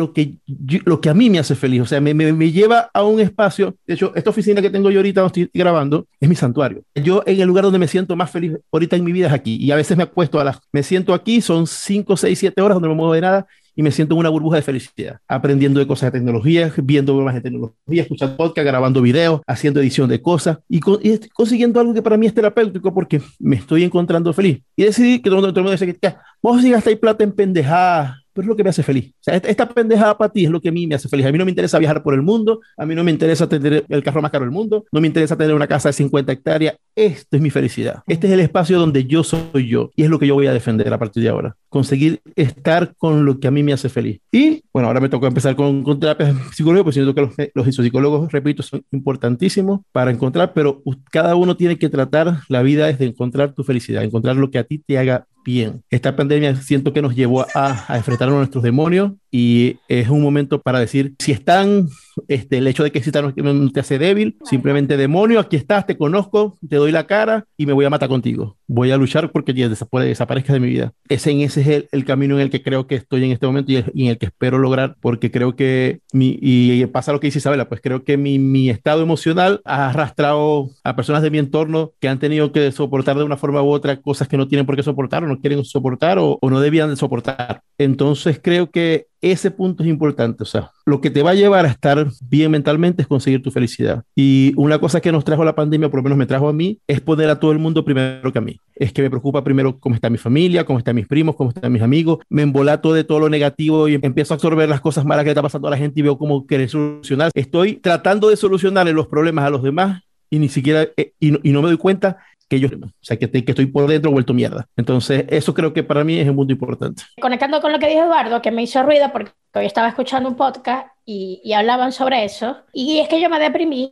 lo que a mí me hace feliz, o sea, me lleva a un espacio. De hecho, esta oficina que tengo yo ahorita, donde estoy grabando, es mi santuario. Yo en el lugar donde me siento más feliz ahorita en mi vida es aquí, y a veces me acuesto me siento aquí, son 5, 6, 7 horas donde no me muevo de nada, y me siento en una burbuja de felicidad, aprendiendo de cosas de tecnología, viendo bromas de tecnología, escuchando podcast, grabando videos, haciendo edición de cosas, y estoy consiguiendo algo que para mí es terapéutico porque me estoy encontrando feliz. Y decidí que todo el mundo dice que vos si gastáis plata en pendejadas, pero es lo que me hace feliz. O sea, esta pendejada para ti es lo que a mí me hace feliz. A mí no me interesa viajar por el mundo, a mí no me interesa tener el carro más caro del mundo, no me interesa tener una casa de 50 hectáreas. Esto es mi felicidad. Este es el espacio donde yo soy yo y es lo que yo voy a defender a partir de ahora. Conseguir estar con lo que a mí me hace feliz. Y bueno, ahora me toca empezar con terapia psicológica, pues siento que los psicólogos, repito, son importantísimos para encontrar, pero cada uno tiene que tratar la vida desde encontrar tu felicidad, encontrar lo que a ti te haga bien. Esta pandemia siento que nos llevó a enfrentarnos a nuestros demonios y es un momento para decir, si están, el hecho de que existan no te hace débil, simplemente demonio, aquí estás, te conozco, te doy la cara y me voy a matar contigo. Voy a luchar porque desaparezcas de mi vida. Ese es el camino en el que creo que estoy en este momento y en el que espero lograr, porque creo que y pasa lo que dice Isabela, pues creo que mi estado emocional ha arrastrado a personas de mi entorno que han tenido que soportar de una forma u otra cosas que no tienen por qué soportar o no quieren soportar o no debían de soportar. Entonces creo que ese punto es importante. O sea, lo que te va a llevar a estar bien mentalmente es conseguir tu felicidad. Y una cosa que nos trajo la pandemia, por lo menos me trajo a mí, es poner a todo el mundo primero que a mí. Es que me preocupa primero cómo está mi familia, cómo están mis primos, cómo están mis amigos. Me embolato de todo lo negativo y empiezo a absorber las cosas malas que le está pasando a la gente y veo cómo querer solucionar. Estoy tratando de solucionarle los problemas a los demás y ni siquiera, y no me doy cuenta que yo, o sea, que estoy por dentro vuelto mierda. Entonces, eso creo que para mí es un punto importante. Conectando con lo que dijo Eduardo, que me hizo ruido porque hoy estaba escuchando un podcast y hablaban sobre eso. Y es que yo me deprimí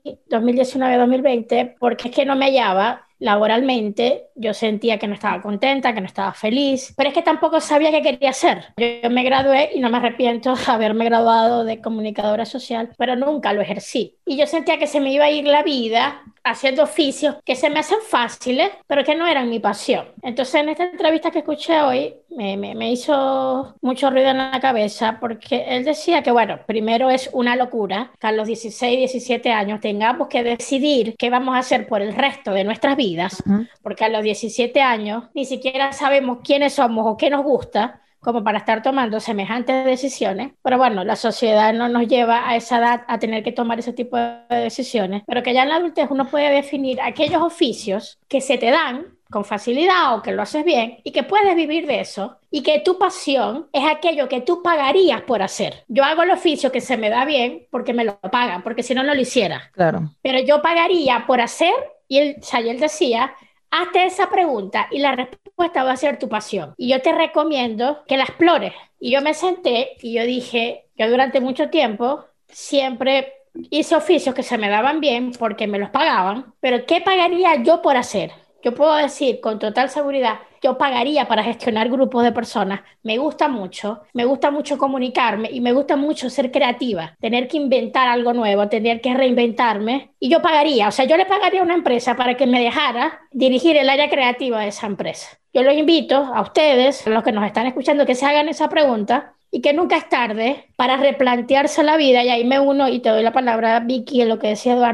2019-2020 porque es que no me hallaba laboralmente. Yo sentía que no estaba contenta, que no estaba feliz, pero es que tampoco sabía qué quería hacer. Yo me gradué y no me arrepiento de haberme graduado de comunicadora social, pero nunca lo ejercí. Y yo sentía que se me iba a ir la vida haciendo oficios que se me hacen fáciles, pero que no eran mi pasión. Entonces, en esta entrevista que escuché hoy, me hizo mucho ruido en la cabeza porque él decía que, bueno, primero es una locura que a los 16, 17 años tengamos que decidir qué vamos a hacer por el resto de nuestras vidas, porque a los 17 años ni siquiera sabemos quiénes somos o qué nos gusta, como para estar tomando semejantes decisiones. Pero bueno, la sociedad no nos lleva a esa edad a tener que tomar ese tipo de decisiones, pero que ya en la adultez uno puede definir aquellos oficios que se te dan con facilidad o que lo haces bien y que puedes vivir de eso y que tu pasión es aquello que tú pagarías por hacer. Yo hago el oficio que se me da bien porque me lo pagan, porque si no, no lo hiciera. Claro. Pero yo pagaría por hacer, y él decía, hazte esa pregunta y la respuesta va a ser tu pasión. Y yo te recomiendo que la explores. Y yo me senté y yo dije, yo durante mucho tiempo siempre hice oficios que se me daban bien porque me los pagaban, pero ¿qué pagaría yo por hacer? Yo puedo decir con total seguridad, yo pagaría para gestionar grupos de personas. Me gusta mucho comunicarme y me gusta mucho ser creativa, tener que inventar algo nuevo, tener que reinventarme. Y yo pagaría, o sea, yo le pagaría a una empresa para que me dejara dirigir el área creativa de esa empresa. Yo los invito a ustedes, a los que nos están escuchando, que se hagan esa pregunta y que nunca es tarde para replantearse la vida. Y ahí me uno y te doy la palabra, Vicky, en lo que decía Eduardo.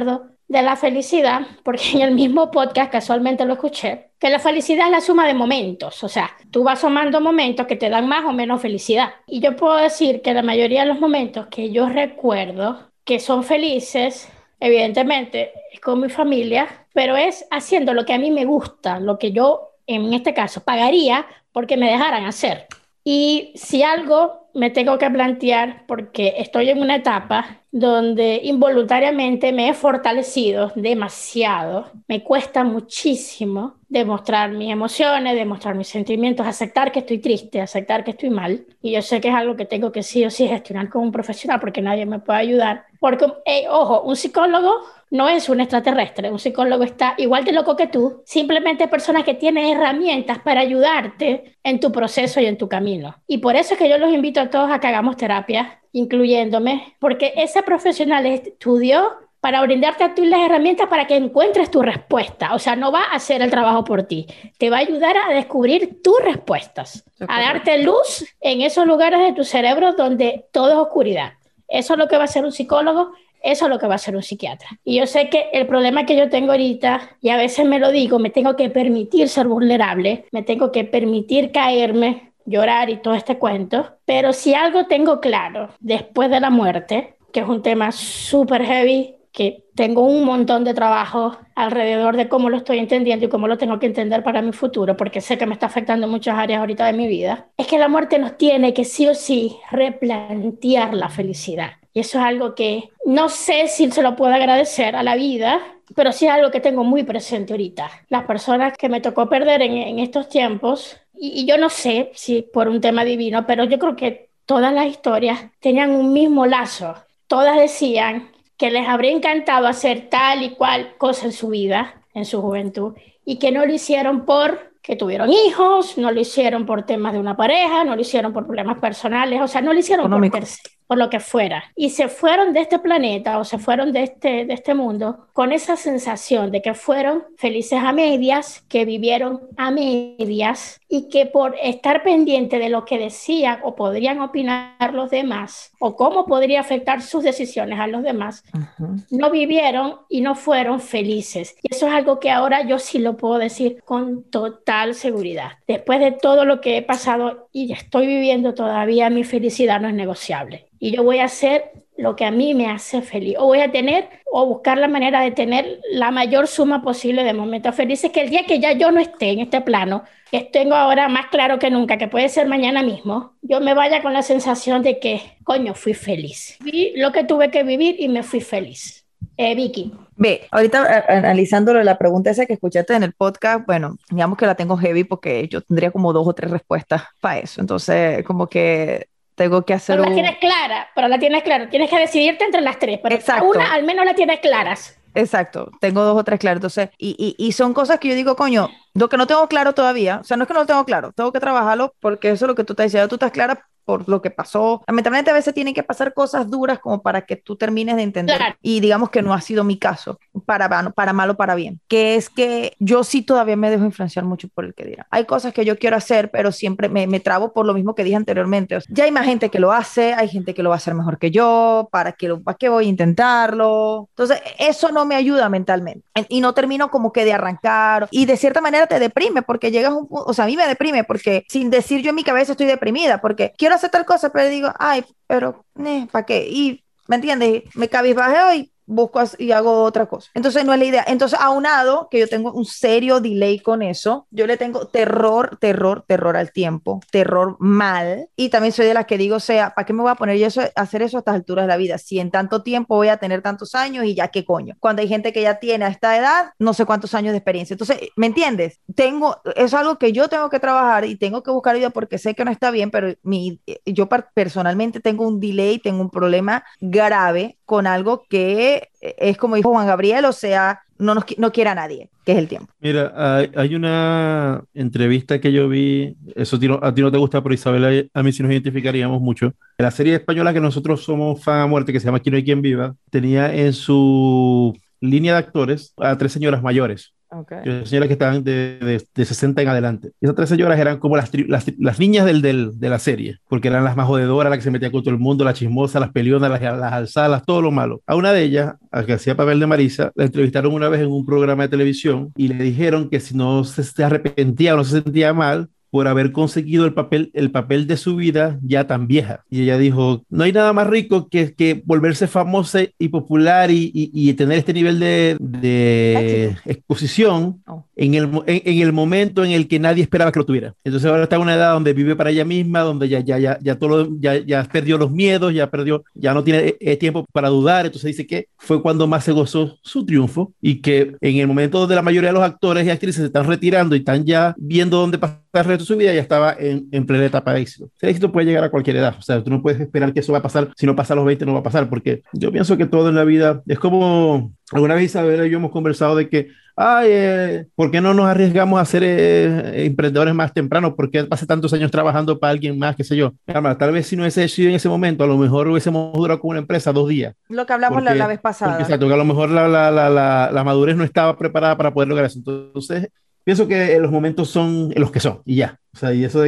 de la felicidad, porque en el mismo podcast casualmente lo escuché, que la felicidad es la suma de momentos, o sea, tú vas sumando momentos que te dan más o menos felicidad. Y yo puedo decir que la mayoría de los momentos que yo recuerdo que son felices, evidentemente, es con mi familia, pero es haciendo lo que a mí me gusta, lo que yo, en este caso, pagaría porque me dejaran hacer. Y si algo me tengo que plantear, porque estoy en una etapa donde involuntariamente me he fortalecido demasiado, me cuesta muchísimo demostrar mis emociones, demostrar mis sentimientos, aceptar que estoy triste, aceptar que estoy mal. Y yo sé que es algo que tengo que sí o sí gestionar con un profesional porque nadie me puede ayudar. Porque, ojo, un psicólogo no es un extraterrestre, un psicólogo está igual de loco que tú, simplemente personas que tienen herramientas para ayudarte en tu proceso y en tu camino. Y por eso es que yo los invito a todos a que hagamos terapia, incluyéndome, porque ese profesional estudió para brindarte a ti las herramientas para que encuentres tu respuesta. O sea, no va a hacer el trabajo por ti, te va a ayudar a descubrir tus respuestas, a darte luz en esos lugares de tu cerebro donde todo es oscuridad. Eso es lo que va a hacer un psicólogo. Eso es lo que va a hacer un psiquiatra. Y yo sé que el problema que yo tengo ahorita, y a veces me lo digo, me tengo que permitir ser vulnerable, me tengo que permitir caerme, llorar y todo este cuento. Pero si algo tengo claro después de la muerte, que es un tema súper heavy, que tengo un montón de trabajo alrededor de cómo lo estoy entendiendo y cómo lo tengo que entender para mi futuro, porque sé que me está afectando en muchas áreas ahorita de mi vida, es que la muerte nos tiene que sí o sí replantear la felicidad. Y eso es algo que no sé si se lo puedo agradecer a la vida, pero sí es algo que tengo muy presente ahorita. Las personas que me tocó perder en estos tiempos, y yo no sé si por un tema divino, pero yo creo que todas las historias tenían un mismo lazo. Todas decían que les habría encantado hacer tal y cual cosa en su vida, en su juventud, y que no lo hicieron porque tuvieron hijos, no lo hicieron por temas de una pareja, no lo hicieron por problemas personales, o sea, no lo hicieron por lo que fuera. Y se fueron de este planeta o se fueron de este mundo con esa sensación de que fueron felices a medias, que vivieron a medias y que por estar pendiente de lo que decían o podrían opinar los demás o cómo podría afectar sus decisiones a los demás, no vivieron y no fueron felices. Y eso es algo que ahora yo sí lo puedo decir con total seguridad. Después de todo lo que he pasado y estoy viviendo todavía, mi felicidad no es negociable. Y yo voy a hacer lo que a mí me hace feliz. O voy a tener, o buscar la manera de tener la mayor suma posible de momentos felices, que el día que ya yo no esté en este plano, tengo ahora más claro que nunca, que puede ser mañana mismo, yo me vaya con la sensación de que, coño, fui feliz. Vi lo que tuve que vivir y me fui feliz. Vicky. Ve, ahorita analizándolo, la pregunta esa que escuchaste en el podcast, bueno, digamos que la tengo heavy porque yo tendría como 2 o 3 respuestas para eso. Entonces, como que tengo que hacer pero la tienes clara, pero la tienes clara. Tienes que decidirte entre las 3, pero exacto. Una al menos la tienes claras. Exacto, tengo 2 o 3 claras. Entonces, y son cosas que yo digo, coño, lo que no tengo claro todavía, o sea, no es que no lo tengo claro, tengo que trabajarlo porque eso es lo que tú te decías, tú estás clara por lo que pasó. Lamentablemente a veces tienen que pasar cosas duras como para que tú termines de entender. Claro. Y digamos que no ha sido mi caso, para mal o para bien, que es que yo sí todavía me dejo influenciar mucho por el que dirán. Hay cosas que yo quiero hacer, pero siempre me trabo por lo mismo que dije anteriormente. O sea, ya hay más gente que lo hace, hay gente que lo va a hacer mejor que yo, ¿para qué voy a intentarlo? Entonces, eso no me ayuda mentalmente. Y no termino como que de arrancar, y de cierta manera te deprime, porque llegas a un punto, o sea, a mí me deprime, porque sin decir yo en mi cabeza estoy deprimida, porque quiero hacer tal cosa, pero digo, ay, pero, ¿para qué? Y, ¿me entiendes? Me cabizbajeo y busco y hago otra cosa. Entonces no es la idea. Entonces, aunado que yo tengo un serio delay con eso, yo le tengo terror al tiempo, terror mal, y también soy de las que digo, o sea, ¿para qué me voy a poner yo a hacer eso a estas alturas de la vida? Si en tanto tiempo voy a tener tantos años y ya qué coño. Cuando hay gente que ya tiene a esta edad, no sé cuántos años de experiencia. Entonces, ¿me entiendes? Es algo que yo tengo que trabajar y tengo que buscar ayuda porque sé que no está bien, pero yo personalmente tengo un delay, tengo un problema grave con algo que es como dijo Juan Gabriel, o sea, no quiere a nadie, que es el tiempo. Mira, hay una entrevista que yo vi, eso a ti no te gusta, pero Isabela, a mí sí nos identificaríamos mucho. La serie española que nosotros somos fan a muerte, que se llama Aquí no hay quien viva, tenía en su línea de actores a 3 señoras mayores. Las señoras que estaban de 60 en adelante. Esas tres señoras eran como las niñas de la serie, porque eran las más jodedoras, las que se metían con todo el mundo, las chismosas, las peleonas, las alzadas, todo lo malo. A una de ellas, a que hacía papel de Marisa, la entrevistaron una vez en un programa de televisión y le dijeron que si no se arrepentía o no se sentía mal por haber conseguido el papel de su vida ya tan vieja. Y ella dijo, no hay nada más rico que volverse famosa y popular y tener este nivel de exposición en el momento en el que nadie esperaba que lo tuviera. Entonces ahora está en una edad donde vive para ella misma, donde ya perdió los miedos, ya no tiene tiempo para dudar. Entonces dice que fue cuando más se gozó su triunfo y que en el momento donde la mayoría de los actores y actrices se están retirando y están ya viendo dónde pasar el resto de su vida, ya estaba en plena etapa de éxito. El éxito puede llegar a cualquier edad. O sea, tú no puedes esperar que eso va a pasar. Si no pasa a los 20, no va a pasar. Porque yo pienso que todo en la vida es como alguna vez Isabel y yo hemos conversado de que ¿por qué no nos arriesgamos a ser emprendedores más temprano? ¿Por qué pasé tantos años trabajando para alguien más, qué sé yo? Caramba, tal vez si no hubiese sido en ese momento, a lo mejor hubiésemos durado con una empresa 2 días. Lo que hablamos la vez pasada. Porque, exacto, que a lo mejor la madurez no estaba preparada para poder lograr eso. Entonces, pienso que los momentos son los que son y ya. O sea, y eso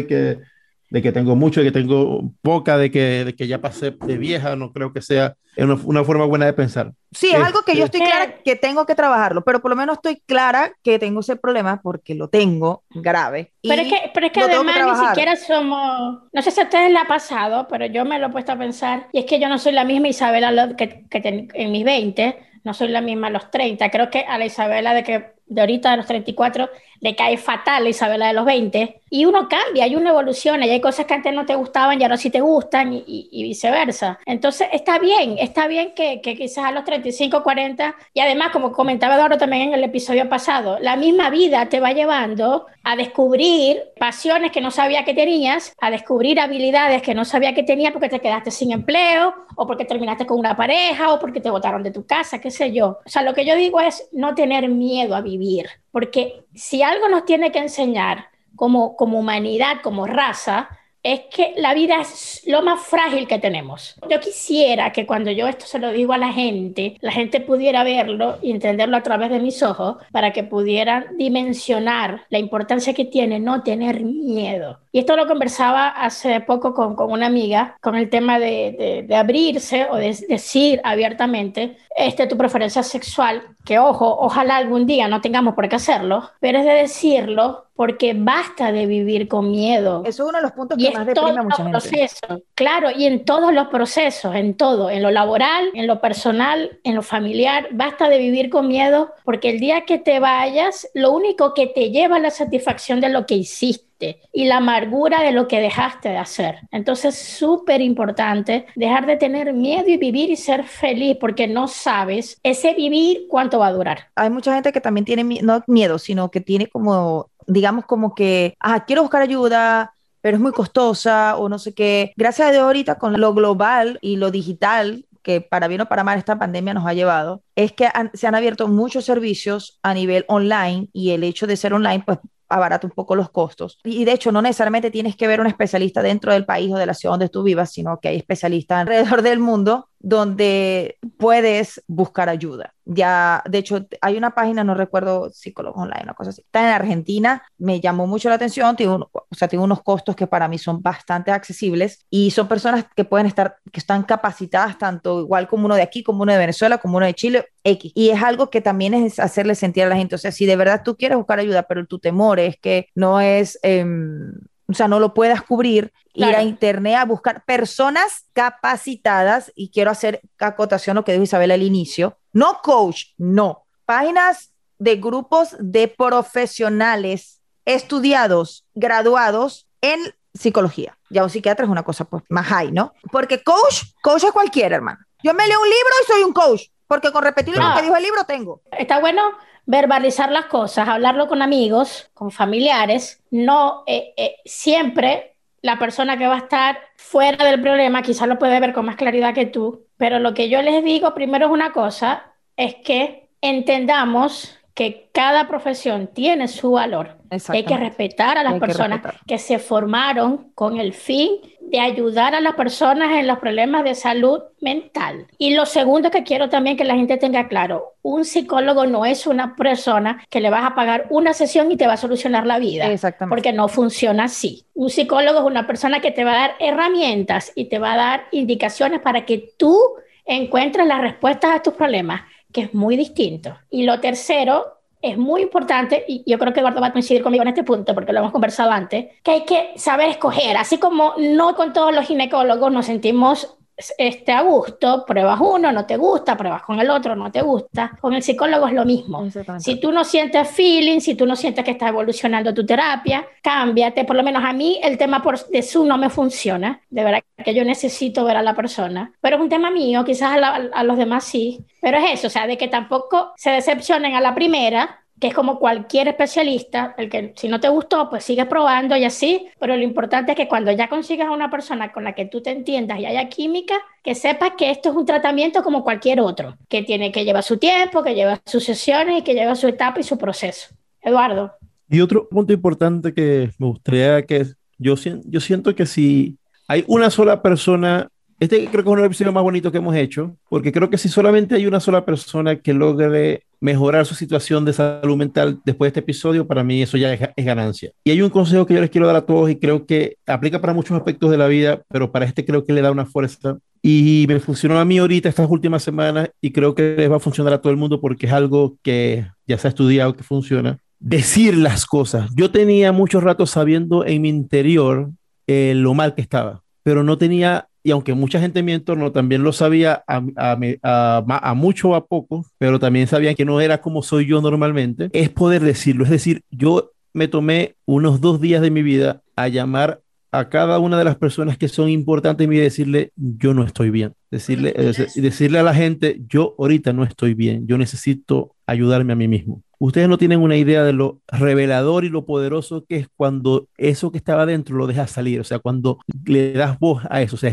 de que tengo mucho, de que tengo poca, de que ya pasé de vieja, no creo que sea una forma buena de pensar. Sí, es algo que yo estoy clara que tengo que trabajarlo, pero por lo menos estoy clara que tengo ese problema porque lo tengo grave. Pero es que además ni siquiera somos, no sé si a ustedes les ha pasado, pero yo me lo he puesto a pensar, y es que yo no soy la misma Isabela que en mis 20, no soy la misma a los 30. Creo que a la Isabela de ahorita, de los 34, le cae fatal la Isabela de los 20, y uno cambia, hay una evolución, y hay cosas que antes no te gustaban y ahora sí te gustan, y viceversa. Entonces está bien que quizás a los 35, 40, y además, como comentaba Eduardo también en el episodio pasado, la misma vida te va llevando a descubrir pasiones que no sabía que tenías, a descubrir habilidades que no sabía que tenías porque te quedaste sin empleo, o porque terminaste con una pareja, o porque te botaron de tu casa, qué sé yo. O sea, lo que yo digo es no tener miedo a vivir, porque si algo nos tiene que enseñar como humanidad, como raza, es que la vida es lo más frágil que tenemos. Yo quisiera que cuando yo esto se lo digo a la gente pudiera verlo y entenderlo a través de mis ojos para que pudieran dimensionar la importancia que tiene no tener miedo. Y esto lo conversaba hace poco con una amiga, con el tema de abrirse o de decir abiertamente tu preferencia sexual, que ojalá algún día no tengamos por qué hacerlo, pero es de decirlo porque basta de vivir con miedo. Eso es uno de los puntos que más deprime a mucha gente. Claro, y en todos los procesos, en todo, en lo laboral, en lo personal, en lo familiar, basta de vivir con miedo, porque el día que te vayas, lo único que te lleva es la satisfacción de lo que hiciste y la amargura de lo que dejaste de hacer. Entonces, súper importante dejar de tener miedo y vivir y ser feliz, porque no sabes ese vivir cuánto va a durar. Hay mucha gente que también tiene, no miedo, sino que tiene como, digamos, como que, quiero buscar ayuda, pero es muy costosa o no sé qué. Gracias a Dios ahorita con lo global y lo digital, que para bien o para mal esta pandemia nos ha llevado, es que se han abierto muchos servicios a nivel online, y el hecho de ser online, pues abarata un poco los costos. Y de hecho, no necesariamente tienes que ver un especialista dentro del país o de la ciudad donde tú vivas, sino que hay especialistas alrededor del mundo donde puedes buscar ayuda. Ya, de hecho, hay una página, no recuerdo, Psicólogos Online, una cosa así. Está en Argentina, me llamó mucho la atención, tiene unos costos que para mí son bastante accesibles, y son personas que que están capacitadas tanto igual como uno de aquí, como uno de Venezuela, como uno de Chile, X. Y es algo que también es hacerle sentir a la gente, o sea, si de verdad tú quieres buscar ayuda, pero tu temor es que no es... o sea, no lo puedas cubrir, claro. Ir a internet a buscar personas capacitadas, y quiero hacer acotación a lo que dijo Isabel al inicio, no coach, no, páginas de grupos de profesionales estudiados, graduados en psicología. Ya un psiquiatra es una cosa pues más high, ¿no? Porque coach es cualquiera, hermano. Yo me leo un libro y soy un coach, porque con repetir lo que dijo el libro tengo. Está bueno verbalizar las cosas, hablarlo con amigos, con familiares. No siempre la persona que va a estar fuera del problema quizás lo puede ver con más claridad que tú, pero lo que yo les digo primero es una cosa, es que entendamos que cada profesión tiene su valor. Hay que Exactamente. respetar a las Hay que personas respetar. que se formaron con el fin de ayudar a las personas en los problemas de salud mental. Y lo segundo que quiero también que la gente tenga claro, un psicólogo no es una persona que le vas a pagar una sesión y te va a solucionar la vida, Exactamente. porque no funciona así. Un psicólogo es una persona que te va a dar herramientas y te va a dar indicaciones para que tú encuentres las respuestas a tus problemas, que es muy distinto. Y lo tercero es muy importante, y yo creo que Eduardo va a coincidir conmigo en este punto, porque lo hemos conversado antes, que hay que saber escoger, así como no con todos los ginecólogos nos sentimos a gusto, pruebas uno, no te gusta, pruebas con el otro, no te gusta, con el psicólogo es lo mismo. Exactamente. Si tú no sientes feeling, si tú no sientes que está evolucionando tu terapia, cámbiate. Por lo menos a mí el tema de Zoom no me funciona, de verdad que yo necesito ver a la persona, pero es un tema mío, quizás a los demás sí, pero es eso, o sea, de que tampoco se decepcionen a la primera, que es como cualquier especialista, el que si no te gustó, pues sigues probando y así, pero lo importante es que cuando ya consigas a una persona con la que tú te entiendas y haya química, que sepas que esto es un tratamiento como cualquier otro, que tiene que llevar su tiempo, que lleva sus sesiones y que lleva su etapa y su proceso. Eduardo. Y otro punto importante que me gustaría que yo siento que si hay una sola persona, este creo que es un episodio más bonito que hemos hecho, porque creo que si solamente hay una sola persona que logre mejorar su situación de salud mental después de este episodio, para mí eso ya es ganancia. Y hay un consejo que yo les quiero dar a todos y creo que aplica para muchos aspectos de la vida, pero para este creo que le da una fuerza. Y me funcionó a mí ahorita estas últimas semanas y creo que les va a funcionar a todo el mundo porque es algo que ya se ha estudiado que funciona. Decir las cosas. Yo tenía mucho rato sabiendo en mi interior lo mal que estaba, pero no tenía, y aunque mucha gente en mi entorno también lo sabía a mucho o a poco, pero también sabían que no era como soy yo normalmente, es poder decirlo. Es decir, yo me tomé unos 2 días de mi vida a llamar a cada una de las personas que son importantes en mi vida y decirle, yo no estoy bien. Decirle a la gente, yo ahorita no estoy bien, yo necesito ayudarme a mí mismo. Ustedes no tienen una idea de lo revelador y lo poderoso que es cuando eso que estaba dentro lo dejas salir, o sea, cuando le das voz a eso, o sea,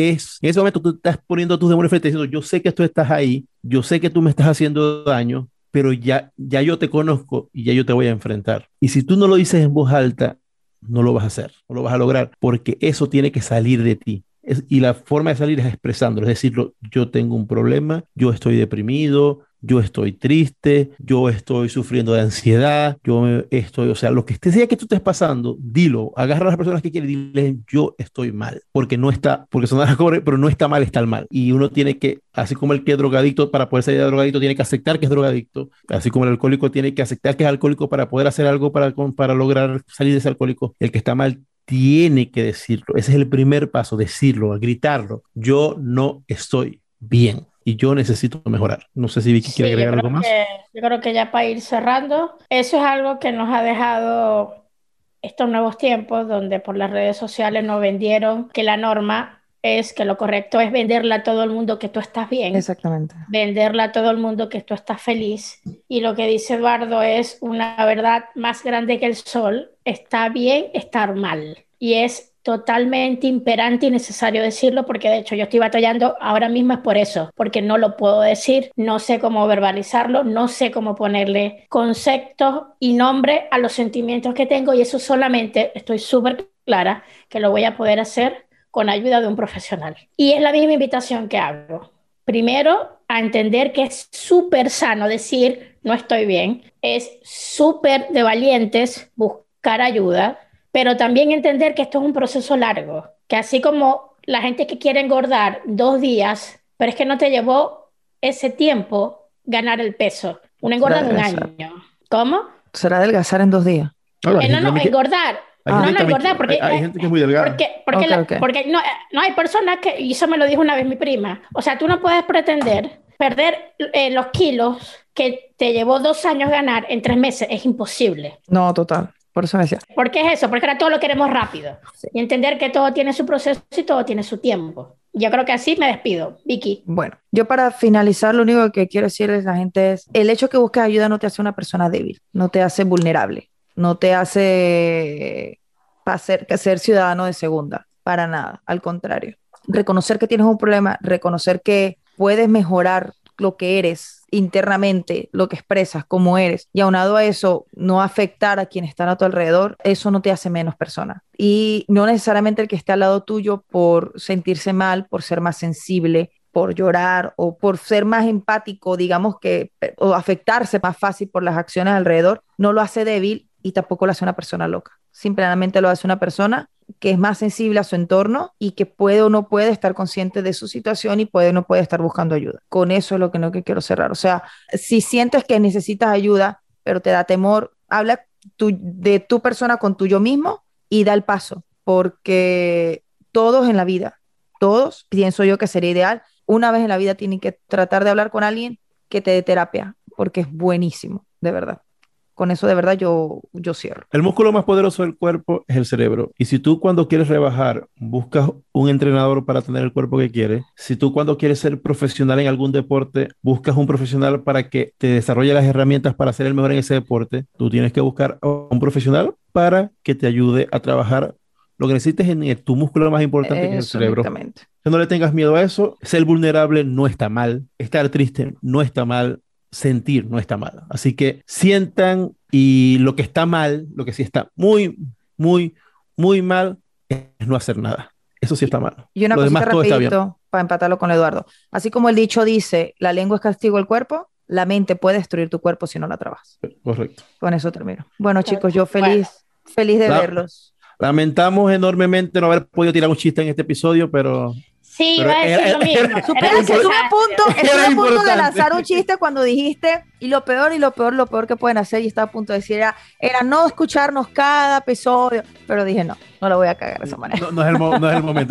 en ese momento tú estás poniendo tus demonios frente diciendo, yo sé que tú estás ahí, yo sé que tú me estás haciendo daño, pero ya yo te conozco y ya yo te voy a enfrentar. Y si tú no lo dices en voz alta, no lo vas a hacer, no lo vas a lograr, porque eso tiene que salir de ti. Y la forma de salir es expresándolo, es decirlo, yo tengo un problema, yo estoy deprimido, yo estoy triste, yo estoy sufriendo de ansiedad, estoy, o sea, lo que sea que tú estés pasando, dilo, agarra a las personas que quieres, dile, yo estoy mal, porque son las cosas, pero no está mal, está el mal. Y uno tiene que, así como el que es drogadicto, para poder salir de drogadicto, tiene que aceptar que es drogadicto, así como el alcohólico tiene que aceptar que es alcohólico para poder hacer algo para lograr salir de ese alcohólico, el que está mal tiene que decirlo. Ese es el primer paso, decirlo, gritarlo. Yo no estoy bien y yo necesito mejorar. No sé si Vicky quiere Sí, agregar algo más. yo creo que ya para ir cerrando, eso es algo que nos ha dejado estos nuevos tiempos donde por las redes sociales nos vendieron que la norma es que lo correcto es venderle a todo el mundo que tú estás bien, Exactamente. venderle a todo el mundo que tú estás feliz. Y lo que dice Eduardo es una verdad más grande que el sol. Está bien estar mal. Y es totalmente imperante y necesario decirlo porque de hecho yo estoy batallando ahora mismo es por eso, porque no lo puedo decir, no sé cómo verbalizarlo, no sé cómo ponerle conceptos y nombre a los sentimientos que tengo y eso solamente estoy súper clara que lo voy a poder hacer con ayuda de un profesional. Y es la misma invitación que hago. Primero, a entender que es súper sano decir no estoy bien, es súper de valientes buscar ayuda, pero también entender que esto es un proceso largo, que así como la gente que quiere engordar 2 días, pero es que no te llevó ese tiempo ganar el peso, una engorda de un año. ¿Cómo? ¿Será adelgazar en 2 días? Claro, hay gente No, también que, engordar. hay No, gente no, también engordar, porque, hay gente que es muy delgada. Ok. porque no hay personas que, y eso me lo dijo una vez mi prima, o sea, tú no puedes pretender perder los kilos que te llevó 2 años ganar en 3 meses, es imposible. No, total. Por eso me decía. ¿Por qué es eso? Porque ahora todo lo queremos rápido. Sí. Y entender que todo tiene su proceso y todo tiene su tiempo. Yo creo que así me despido. Vicky. Bueno, yo para finalizar, lo único que quiero decirles a la gente es, el hecho que busques ayuda no te hace una persona débil, no te hace vulnerable, no te hace ser ciudadano de segunda, para nada, al contrario. Reconocer que tienes un problema, reconocer que puedes mejorar lo que eres internamente, lo que expresas, cómo eres, y aunado a eso, no afectar a quienes están a tu alrededor, eso no te hace menos persona. Y no necesariamente el que esté al lado tuyo por sentirse mal, por ser más sensible, por llorar o por ser más empático, digamos que, o afectarse más fácil por las acciones alrededor, no lo hace débil y tampoco lo hace una persona loca. Simplemente lo hace una persona que es más sensible a su entorno y que puede o no puede estar consciente de su situación y puede o no puede estar buscando ayuda. Con eso es lo que quiero cerrar. O sea, si sientes que necesitas ayuda, pero te da temor, habla de tu persona con tu yo mismo y da el paso, porque todos en la vida, todos, pienso yo que sería ideal, una vez en la vida tienen que tratar de hablar con alguien que te dé terapia, porque es buenísimo, de verdad. Con eso de verdad yo cierro. El músculo más poderoso del cuerpo es el cerebro. Y si tú cuando quieres rebajar buscas un entrenador para tener el cuerpo que quieres, si tú cuando quieres ser profesional en algún deporte buscas un profesional para que te desarrolle las herramientas para ser el mejor en ese deporte, tú tienes que buscar a un profesional para que te ayude a trabajar lo que necesites en tu músculo más importante, que es el cerebro. Exactamente. Que no le tengas miedo a eso. Ser vulnerable no está mal. Estar triste no está mal. Sentir no está mal. Así que sientan, y lo que está mal, lo que sí está muy, muy, muy mal es no hacer nada. Eso sí está mal. Y una Lo cosita demás todo está bien. rapidito para empatarlo con Eduardo. Así como el dicho dice, la lengua es castigo del cuerpo, la mente puede destruir tu cuerpo si no la trabajas. Correcto. Con eso termino. Bueno, chicos, yo feliz de verlos. Lamentamos enormemente no haber podido tirar un chiste en este episodio, pero... Sí, iba a decir lo mismo. Estuve a punto de lanzar un chiste cuando dijiste, y lo peor que pueden hacer, y estaba a punto de decir, era no escucharnos cada episodio, pero dije, no lo voy a cagar de esa manera. No es el momento.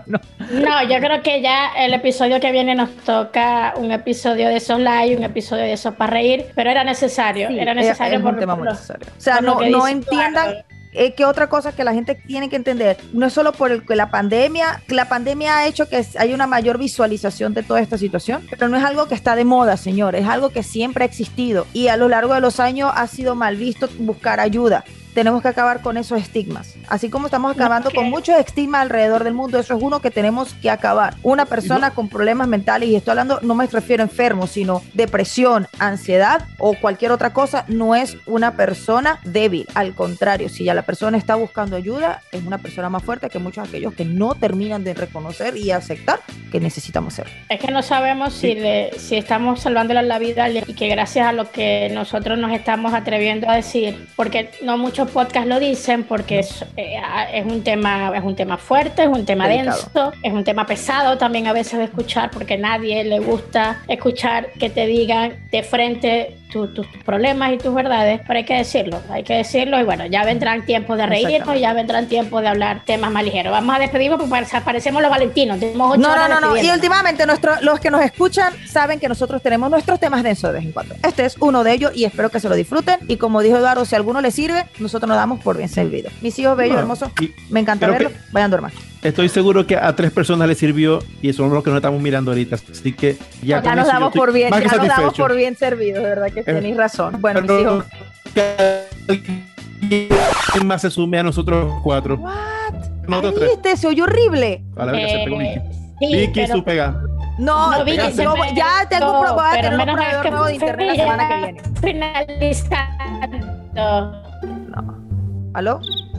No, yo creo que ya el episodio que viene nos toca un episodio de esos live, un episodio de esos para reír, pero era necesario. Sí, era necesario es un tema muy necesario. O sea, no entiendan... que otra cosa que la gente tiene que entender, no es solo por que la pandemia ha hecho que haya una mayor visualización de toda esta situación, pero no es algo que está de moda, señores, es algo que siempre ha existido y a lo largo de los años ha sido mal visto buscar ayuda. Tenemos que acabar con esos estigmas. Así como estamos acabando con muchos estigmas alrededor del mundo, eso es uno que tenemos que acabar. Una persona con problemas mentales, y estoy hablando, no me refiero a enfermos, sino depresión, ansiedad o cualquier otra cosa, no es una persona débil. Al contrario, si ya la persona está buscando ayuda, es una persona más fuerte que muchos de aquellos que no terminan de reconocer y aceptar que necesitamos ser. Es que no sabemos si estamos salvándole la vida y que gracias a lo que nosotros nos estamos atreviendo a decir, porque no muchos podcasts lo dicen, porque es un tema fuerte, es un tema delicado, denso, es un tema pesado también a veces de escuchar, porque a nadie le gusta escuchar que te digan de frente tus problemas y tus verdades, pero hay que decirlo y bueno, ya vendrán tiempos de reírnos, ya vendrán tiempos de hablar temas más ligeros. Vamos a despedirnos porque parecemos los valentinos. Tenemos 8 horas No. Y últimamente los que nos escuchan saben que nosotros tenemos nuestros temas densos de vez en cuando. Este es uno de ellos y espero que se lo disfruten. Y como dijo Eduardo, si a alguno le sirve, nosotros nos damos por bien servido. Mis hijos bellos, hermosos, me encanta verlos. Vayan a dormir. Estoy seguro que a 3 personas les sirvió y son los que nos estamos mirando ahorita. Así que ya nos damos por bien, servidos, de verdad que tenéis razón. Bueno, mis hijos. ¿Quién más se sume a nosotros 4? Nosotros 3. ¿Viste? Se oyó horrible. A la vez que se pegó Vicky. Sí, Vicky, su pega. No, Vicky, ya tengo un proveedor nuevo de internet la semana que viene. Finalizando. No. ¿Aló?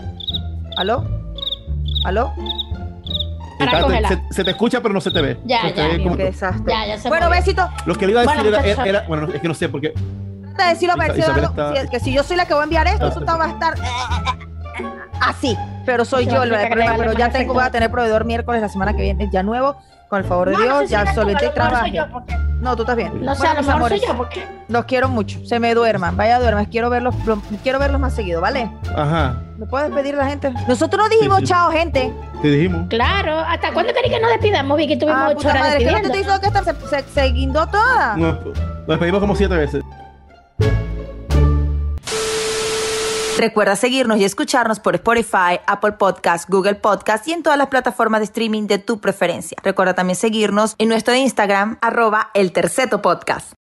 Se te escucha pero no se te ve. Qué desastre. Ya bueno, besito. Lo que le iba a decir era bueno, es que no sé por qué. Trata de decirlo, que si yo soy la que voy a enviar esto, eso va a estar así. Pero soy yo el problema. Pero ya voy a tener proveedor miércoles la semana que viene, ya nuevo, con el favor de Dios, ya solamente trabajo. No, tú estás bien. No sé, a lo mejor soy yo, porque los quiero mucho. Se me duerman, duerman. Quiero verlos más seguido, ¿vale? Ajá. ¿Me puedes despedir la gente? Nosotros no dijimos chao, gente. Te dijimos. Claro, ¿hasta cuándo querés que nos despidamos, Vicky? Tuvimos 8 horas despidiendo. ¿Qué no te estoy diciendo que se guindó toda? Nos despedimos como 7 veces. Recuerda seguirnos y escucharnos por Spotify, Apple Podcasts, Google Podcasts y en todas las plataformas de streaming de tu preferencia. Recuerda también seguirnos en nuestro Instagram, @eltercetopodcast.